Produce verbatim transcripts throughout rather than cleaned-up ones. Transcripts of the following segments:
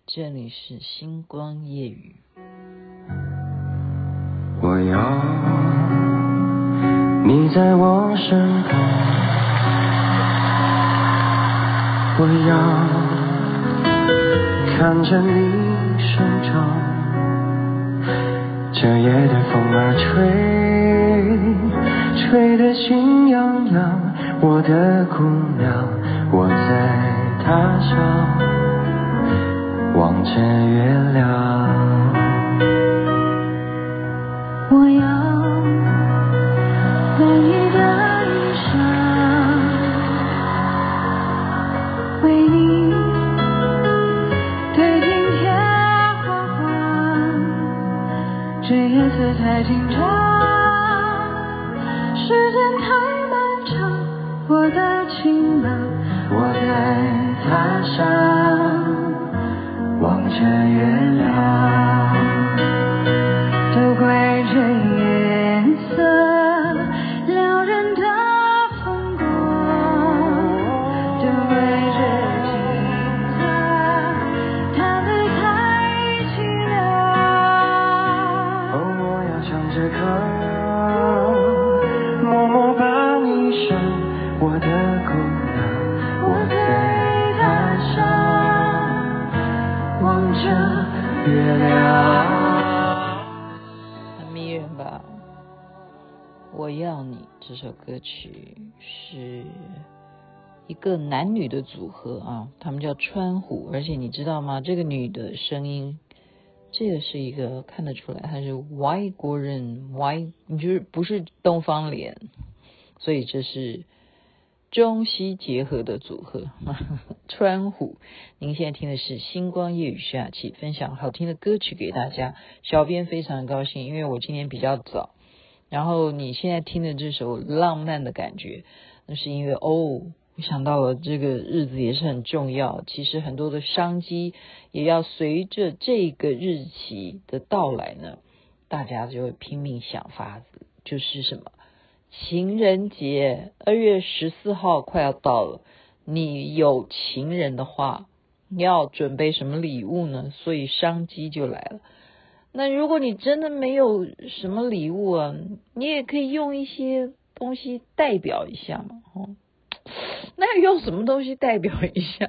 这里是星光夜语。 我要你在我身旁，我要看着你生长，这夜的风儿吹，吹得心痒痒，我的姑娘，我在他乡望着月亮。 我要在你的衣裳为你对镜贴花黄，这夜色太紧张，时间太漫长，我的情郎， 我在他乡望着月亮， 都怪这夜色撩人的风光，都怪这景色弹得太凄凉。 哦，我要唱着歌，默默把你想，我的姑娘，我在他乡望着月亮。 很迷人吧？我要你这首歌曲是一个男女的组合啊，他们叫川虎，而且你知道吗？这个女的声音，这个是一个看得出来她是外国人，外你就是不是东方脸，所以这是中西结合的组合。川虎，您现在听的是星光夜雨徐雅琪分享好听的歌曲给大家，小编非常高兴，因为我今天比较早，然后你现在听的这首浪漫的感觉，那是因为哦，我想到了这个日子也是很重要，其实很多的商机也要随着这个日期的到来呢，大家就会拼命想法子，就是什么情人节二月十四号快要到了，你有情人的话你要准备什么礼物呢？所以商机就来了。那如果你真的没有什么礼物啊，你也可以用一些东西代表一下嘛。哦，那用什么东西代表一下？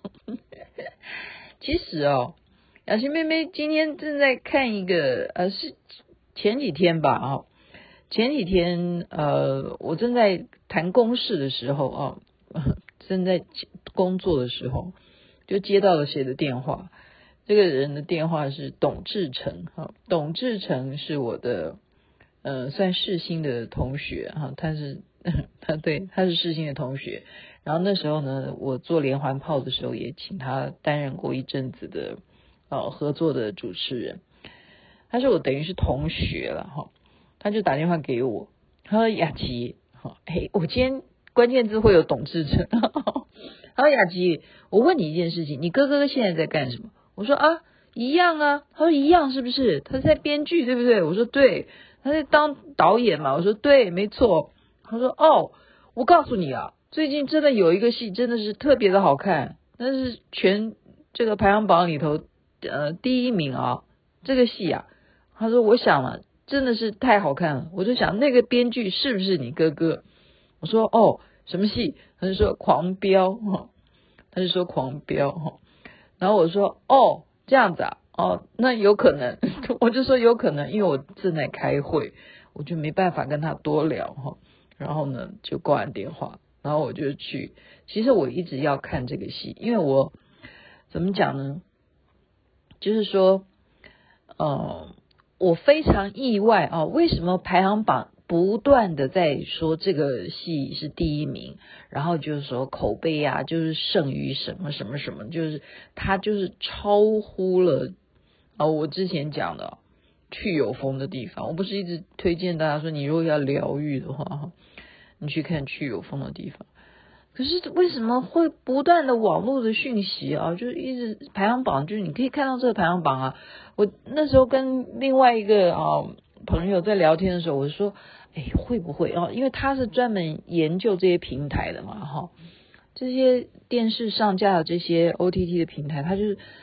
其实哦，雅琪妹妹今天正在看一个呃，是前几天吧啊、哦，前几天呃，我正在谈公事的时候啊、哦，正在工作的时候，就接到了谁的电话？这个人的电话是董志成哈，董志成是我的呃算世新的同学哈，他是他对他是世新的同学，然后那时候呢，我做连环炮的时候也请他担任过一阵子的呃合作的主持人，他是我等于是同学了哈，他就打电话给我，他说雅琪，哈，嘿，我今天关键字会有董志成，他说雅琪，我问你一件事情，你哥哥现在在干什么？我说啊，一样啊。他说一样是不是？他在编剧对不对？我说对。他在当导演嘛？我说对，没错。他说哦，我告诉你啊，最近真的有一个戏真的是特别的好看，那是全这个排行榜里头呃第一名啊。这个戏啊，他说我想了，真的是太好看了。我就想那个编剧是不是你哥哥？我说哦，什么戏？他就说狂飙哈，他就说狂飙哈。然后我说哦这样子啊，哦那有可能，我就说有可能，因为我正在开会，我就没办法跟他多聊哈。然后呢就挂完电话，然后我就去，其实我一直要看这个戏，因为我怎么讲呢？就是说，呃，我非常意外啊，为什么排行榜不断的在说这个戏是第一名，然后就是说口碑啊，就是胜于什么什么什么，就是它就是超乎了啊我之前讲的去有风的地方。我不是一直推荐大家说，你如果要疗愈的话，你去看去有风的地方。可是为什么会不断的网络的讯息啊，就是一直排行榜，就是你可以看到这个排行榜啊。我那时候跟另外一个啊朋友在聊天的时候，我就说，哎，会不会啊？因为他是专门研究这些平台的嘛，哈，这些电视上架的这些 O T T 的平台，他就是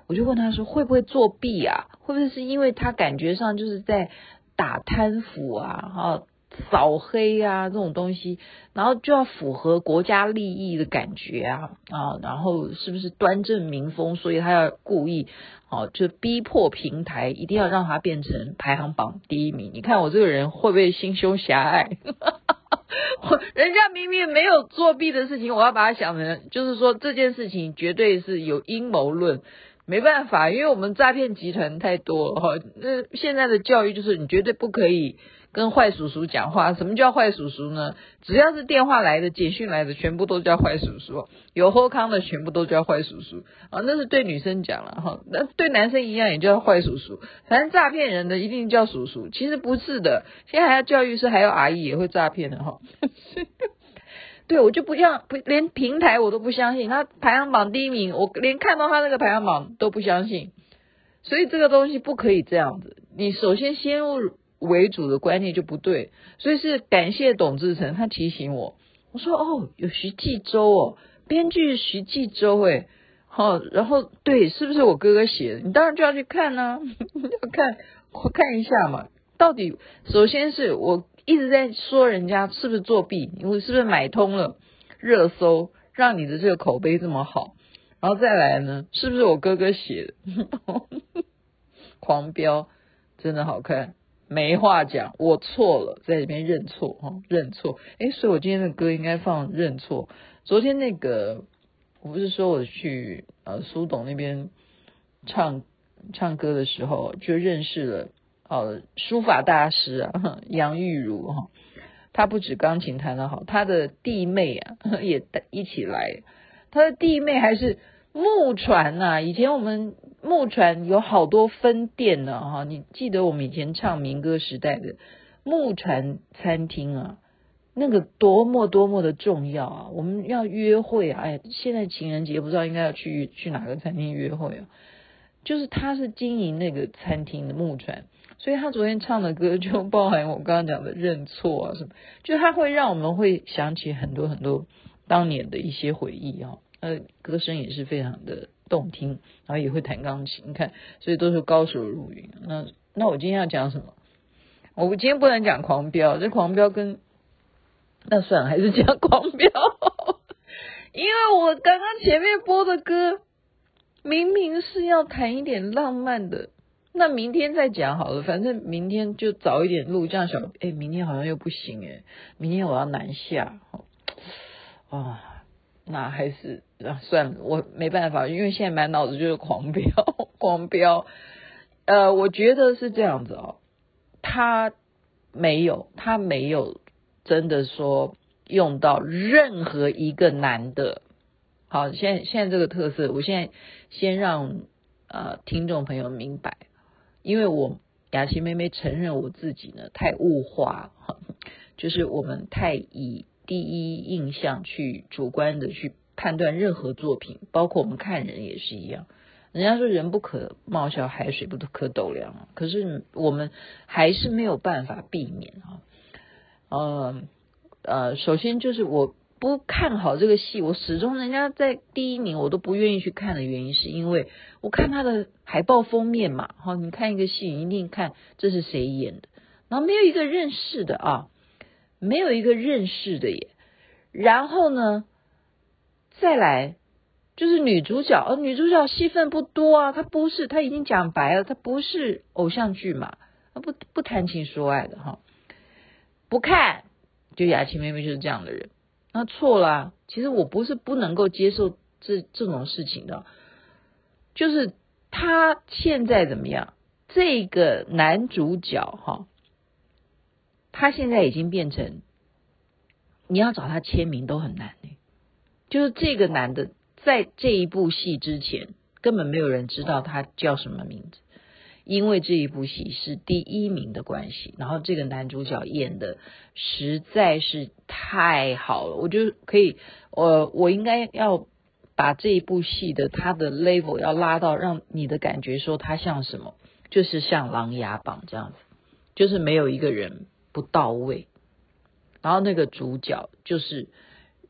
我就问他说会不会作弊啊？会不会是因为他感觉上就是在打贪腐啊，啊扫黑啊这种东西，然后就要符合国家利益的感觉啊啊，然后是不是端正民风，所以他要故意哦、啊，就逼迫平台一定要让他变成排行榜第一名。你看我这个人会不会心胸狭隘？人家明明没有作弊的事情，我要把它想成就是说这件事情绝对是有阴谋论。没办法，因为我们诈骗集团太多了哈。那现在的教育就是你绝对不可以跟坏叔叔讲话。什么叫坏叔叔呢？只要是电话来的、简讯来的，全部都叫坏叔叔。有后康的全部都叫坏叔叔啊，那是对女生讲了哈。那对男生一样也叫坏叔叔。反正诈骗人的一定叫叔叔，其实不是的。现在还要教育是还有阿姨也会诈骗的哈。对，我就不像不连平台我都不相信，他排行榜第一名，我连看到他那个排行榜都不相信，所以这个东西不可以这样子。你首先先入为主的观念就不对，所以是感谢董志成，他提醒我，我说哦，有徐纪周哦，编剧徐纪周诶，好、哦，然后对，是不是我哥哥写的？你当然就要去看呢、啊，要看看一下嘛，到底首先是我。一直在说人家是不是作弊，你是不是买通了热搜，让你的这个口碑这么好，然后再来呢，是不是我哥哥写的？狂飙真的好看，没话讲，我错了，在里面认错哈，认错。诶，所以我今天的歌应该放认错。昨天那个我不是说我去呃苏董那边唱唱歌的时候，就认识了。哦，书法大师啊，杨玉茹哈，他不止钢琴弹得好，他的弟妹啊也一起来，他的弟妹还是木船呐、啊。以前我们木船有好多分店呢哈，你记得我们以前唱民歌时代的木船餐厅啊，那个多么多么的重要啊！我们要约会啊，哎，现在情人节不知道应该要去去哪个餐厅约会啊？就是他是经营那个餐厅的木船。所以他昨天唱的歌就包含我刚刚讲的认错啊什么，就他会让我们会想起很多很多当年的一些回忆啊，呃，歌声也是非常的动听，然后也会弹钢琴，你看，所以都是高手如云。那那我今天要讲什么？我今天不能讲狂飙，这狂飙跟那算了，还是讲狂飙，因为我刚刚前面播的歌明明是要谈一点浪漫的。那明天再讲好了，反正明天就早一点录，这样小哎，明天好像又不行哎，明天我要南下啊，那还是啊算了，我没办法，因为现在满脑子就是狂飙，狂飙。呃，我觉得是这样子哦，他没有，他没有真的说用到任何一个男的。好，现在现在这个特色，我现在先让呃听众朋友明白。因为我雅琪妹妹承认我自己呢太物化，就是我们太以第一印象去主观的去判断任何作品，包括我们看人也是一样。人家说人不可貌相，海水不可斗量，可是我们还是没有办法避免啊。呃呃，首先就是我不看好这个戏，我始终人家在第一名我都不愿意去看的原因，是因为我看他的海报封面嘛，好，你看一个戏你一定看这是谁演的，然后没有一个认识的啊，没有一个认识的耶。然后呢，再来就是女主角，呃，女主角戏份不多啊，她不是，她已经讲白了，她不是偶像剧嘛，不不谈情说爱的哈，不看，就雅琪妹妹就是这样的人。那错了、啊，其实我不是不能够接受这这种事情的，就是他现在怎么样？这个男主角哈，他现在已经变成你要找他签名都很难呢。就是这个男的在这一部戏之前，根本没有人知道他叫什么名字。因为这一部戏是第一名的关系，然后这个男主角演的实在是太好了，我就可以，呃，我应该要把这一部戏的他的 level 要拉到让你的感觉说他像什么，就是像《琅琊榜》这样子，就是没有一个人不到位，然后那个主角就是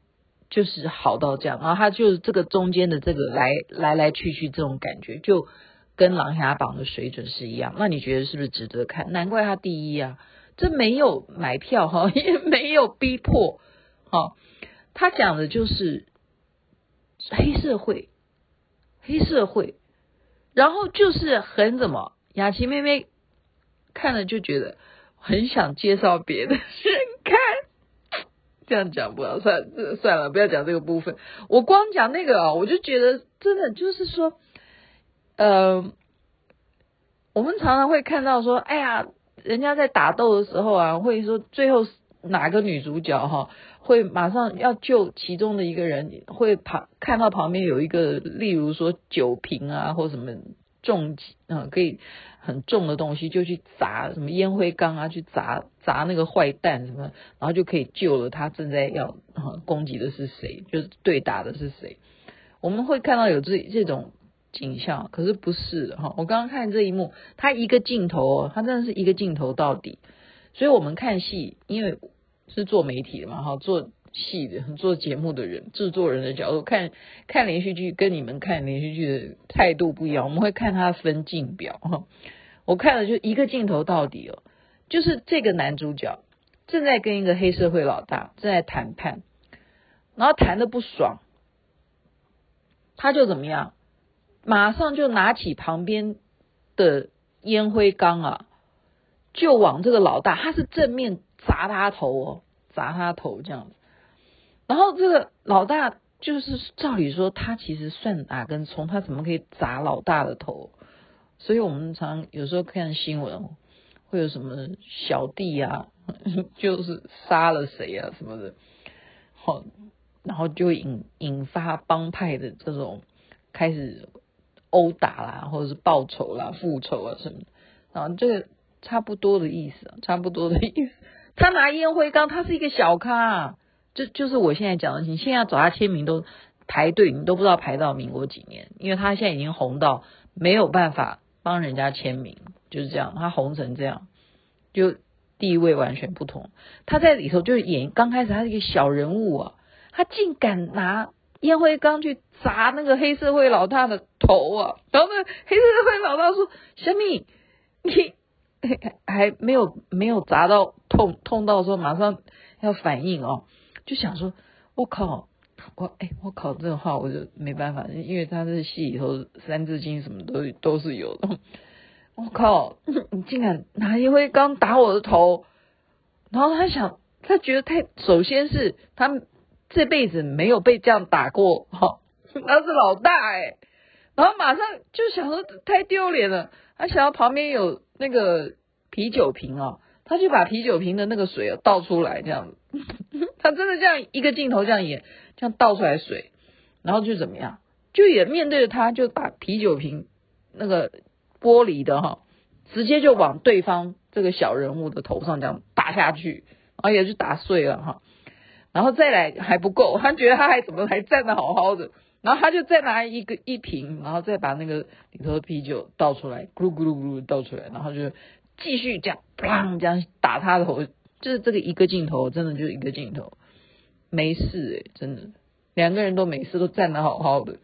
就是好到这样，然后他就这个中间的这个来来来去去这种感觉，就跟《琅琊榜》的水准是一样。那你觉得是不是值得看？难怪他第一啊，这没有买票哈，也没有逼迫哈，他讲的就是黑社会，黑社会，然后就是很怎么，雅琪妹妹看了就觉得很想介绍别的人看。这样讲不好，算算了，不要讲这个部分。我光讲那个啊，我就觉得真的就是说，呃，我们常常会看到说，哎呀，人家在打斗的时候啊，会说最后哪个女主角哈，会马上要救其中的一个人，会旁看到旁边有一个，例如说酒瓶啊，或什么重嗯、呃、可以很重的东西，就去砸什么烟灰缸啊，去砸砸那个坏蛋什么，然后就可以救了他正在要、呃、攻击的是谁，就是对打的是谁。我们会看到有这这种景象，可是不是哈。我刚刚看这一幕，他一个镜头哦，他真的是一个镜头到底。所以我们看戏，因为是做媒体的嘛，哈，做戏的、做节目的人、制作人的角度看看连续剧，跟你们看连续剧的态度不一样。我们会看他分镜表哈。我看了就一个镜头到底哦，就是这个男主角正在跟一个黑社会老大正在谈判，然后谈得不爽，他就怎么样，马上就拿起旁边的烟灰缸啊，就往这个老大，他是正面砸他头哦，砸他头这样子。然后这个老大就是照理说他其实算哪根葱，他怎么可以砸老大的头？所以我们常有时候看新闻会有什么小弟啊，就是杀了谁啊什么的，好，然后就引引发帮派的这种开始殴打啦，或者是报仇啦、复仇啊什么的，然后这个差不多的意思，差不多的意思。他拿烟灰缸，他是一个小咖啊，这就是我现在讲的，你现在找他签名都排队，你都不知道排到民国几年，因为他现在已经红到没有办法帮人家签名，就是这样，他红成这样，就地位完全不同。他在里头就是演，刚开始他是一个小人物啊，他竟敢拿烟灰缸去砸那个黑社会老大的头啊，然后那黑社会老大说：“小米，你还没有没有砸到痛痛到说马上要反应哦，就想说，我靠。”我哎，我靠，这个话我就没办法，因为他这戏里头三字经什么都都是有的。我靠，你竟然拿烟灰缸打我的头！然后他想，他觉得太，首先是他这辈子没有被这样打过，哈，他是老大哎，然后马上就想说太丢脸了，他想到旁边有那个啤酒瓶啊，他就把啤酒瓶的那个水啊倒出来，这样子，他真的这样一个镜头这样演。这样倒出来水，然后就怎么样？就也面对着他，就把啤酒瓶那个玻璃的哈，直接就往对方这个小人物的头上这样打下去，然后也就打碎了哈。然后再来还不够，他觉得他还怎么还站得好好的，然后他就再拿一个一瓶，然后再把那个里头的啤酒倒出来，咕噜咕噜咕噜倒出来，然后就继续这样砰这样打他的头，就是这个一个镜头，真的就是一个镜头。没事欸，真的，两个人都没事，都站得好好的，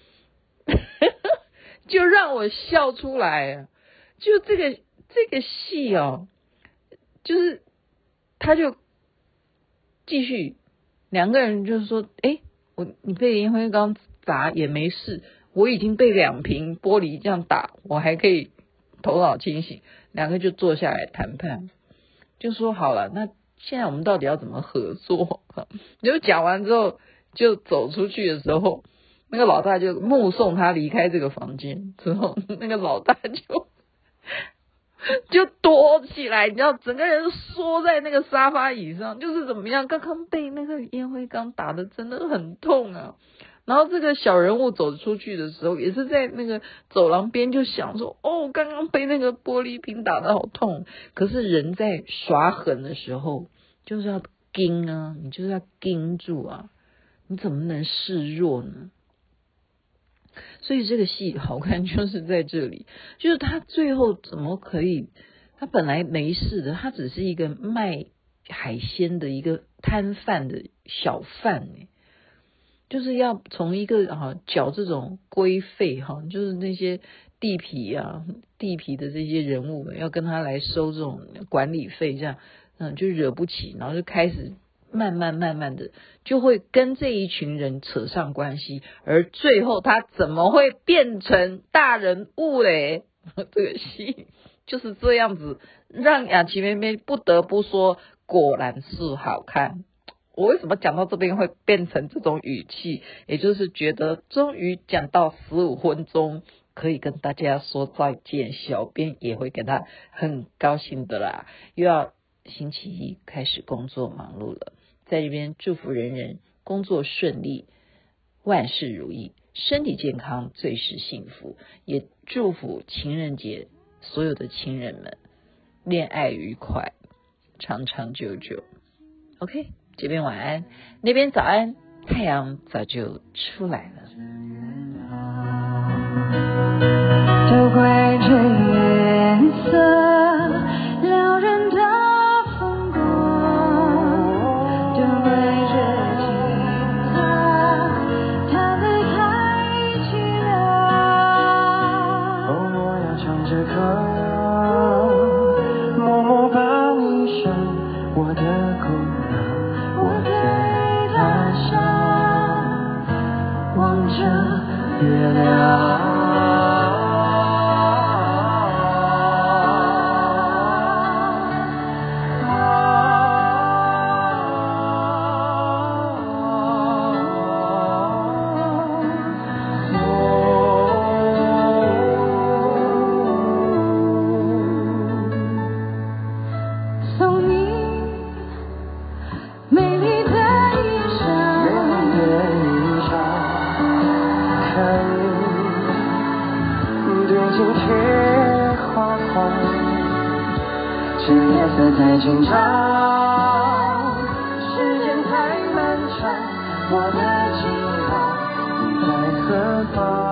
就让我笑出来。就这个这个戏哦，就是他就继续，两个人就是说，哎，我你被烟灰缸砸也没事，我已经被两瓶玻璃这样打，我还可以头脑清醒。两个就坐下来谈判，就说好了，那现在我们到底要怎么合作？就讲完之后，就走出去的时候，那个老大就目送他离开这个房间之后，那个老大就就躲起来，你知道，整个人缩在那个沙发椅上，就是怎么样？刚刚被那个烟灰缸打的真的很痛啊。然后这个小人物走出去的时候，也是在那个走廊边就想说，哦，刚刚被那个玻璃瓶打得好痛。可是人在耍狠的时候，就是要盯啊，你就是要盯住啊，你怎么能示弱呢？所以这个戏好看就是在这里，就是他最后怎么可以，他本来没事的，他只是一个卖海鲜的一个摊贩的小贩欸， 就是要从一个哈缴这种规费哈，就是那些地痞啊地痞的这些人物们要跟他来收这种管理费，这样嗯就惹不起，然后就开始慢慢慢慢的就会跟这一群人扯上关系，而最后他怎么会变成大人物嘞？这个戏就是这样子，让雅琪妹妹不得不说，果然是好看。我为什么讲到这边会变成这种语气？也就是觉得终于讲到十五分钟，可以跟大家说再见，小编也会跟他很高兴的啦。又要星期一开始工作忙碌了，在这边祝福人人工作顺利，万事如意，身体健康，最是幸福。也祝福情人节所有的亲人们恋爱愉快，长长久久。 OK， 这边晚安，那边早安，太阳早就出来了。 都怪这颜色撩人的风光，都怪这吉他弹得太凄凉。 哦，我要唱着歌，默默把你想，我的姑娘，我在他乡望着月亮。 送你美丽的衣裳， 美丽的衣裳，看你丢进铁花筐，是夜色太紧张，时间太漫长，我的记号你在何方？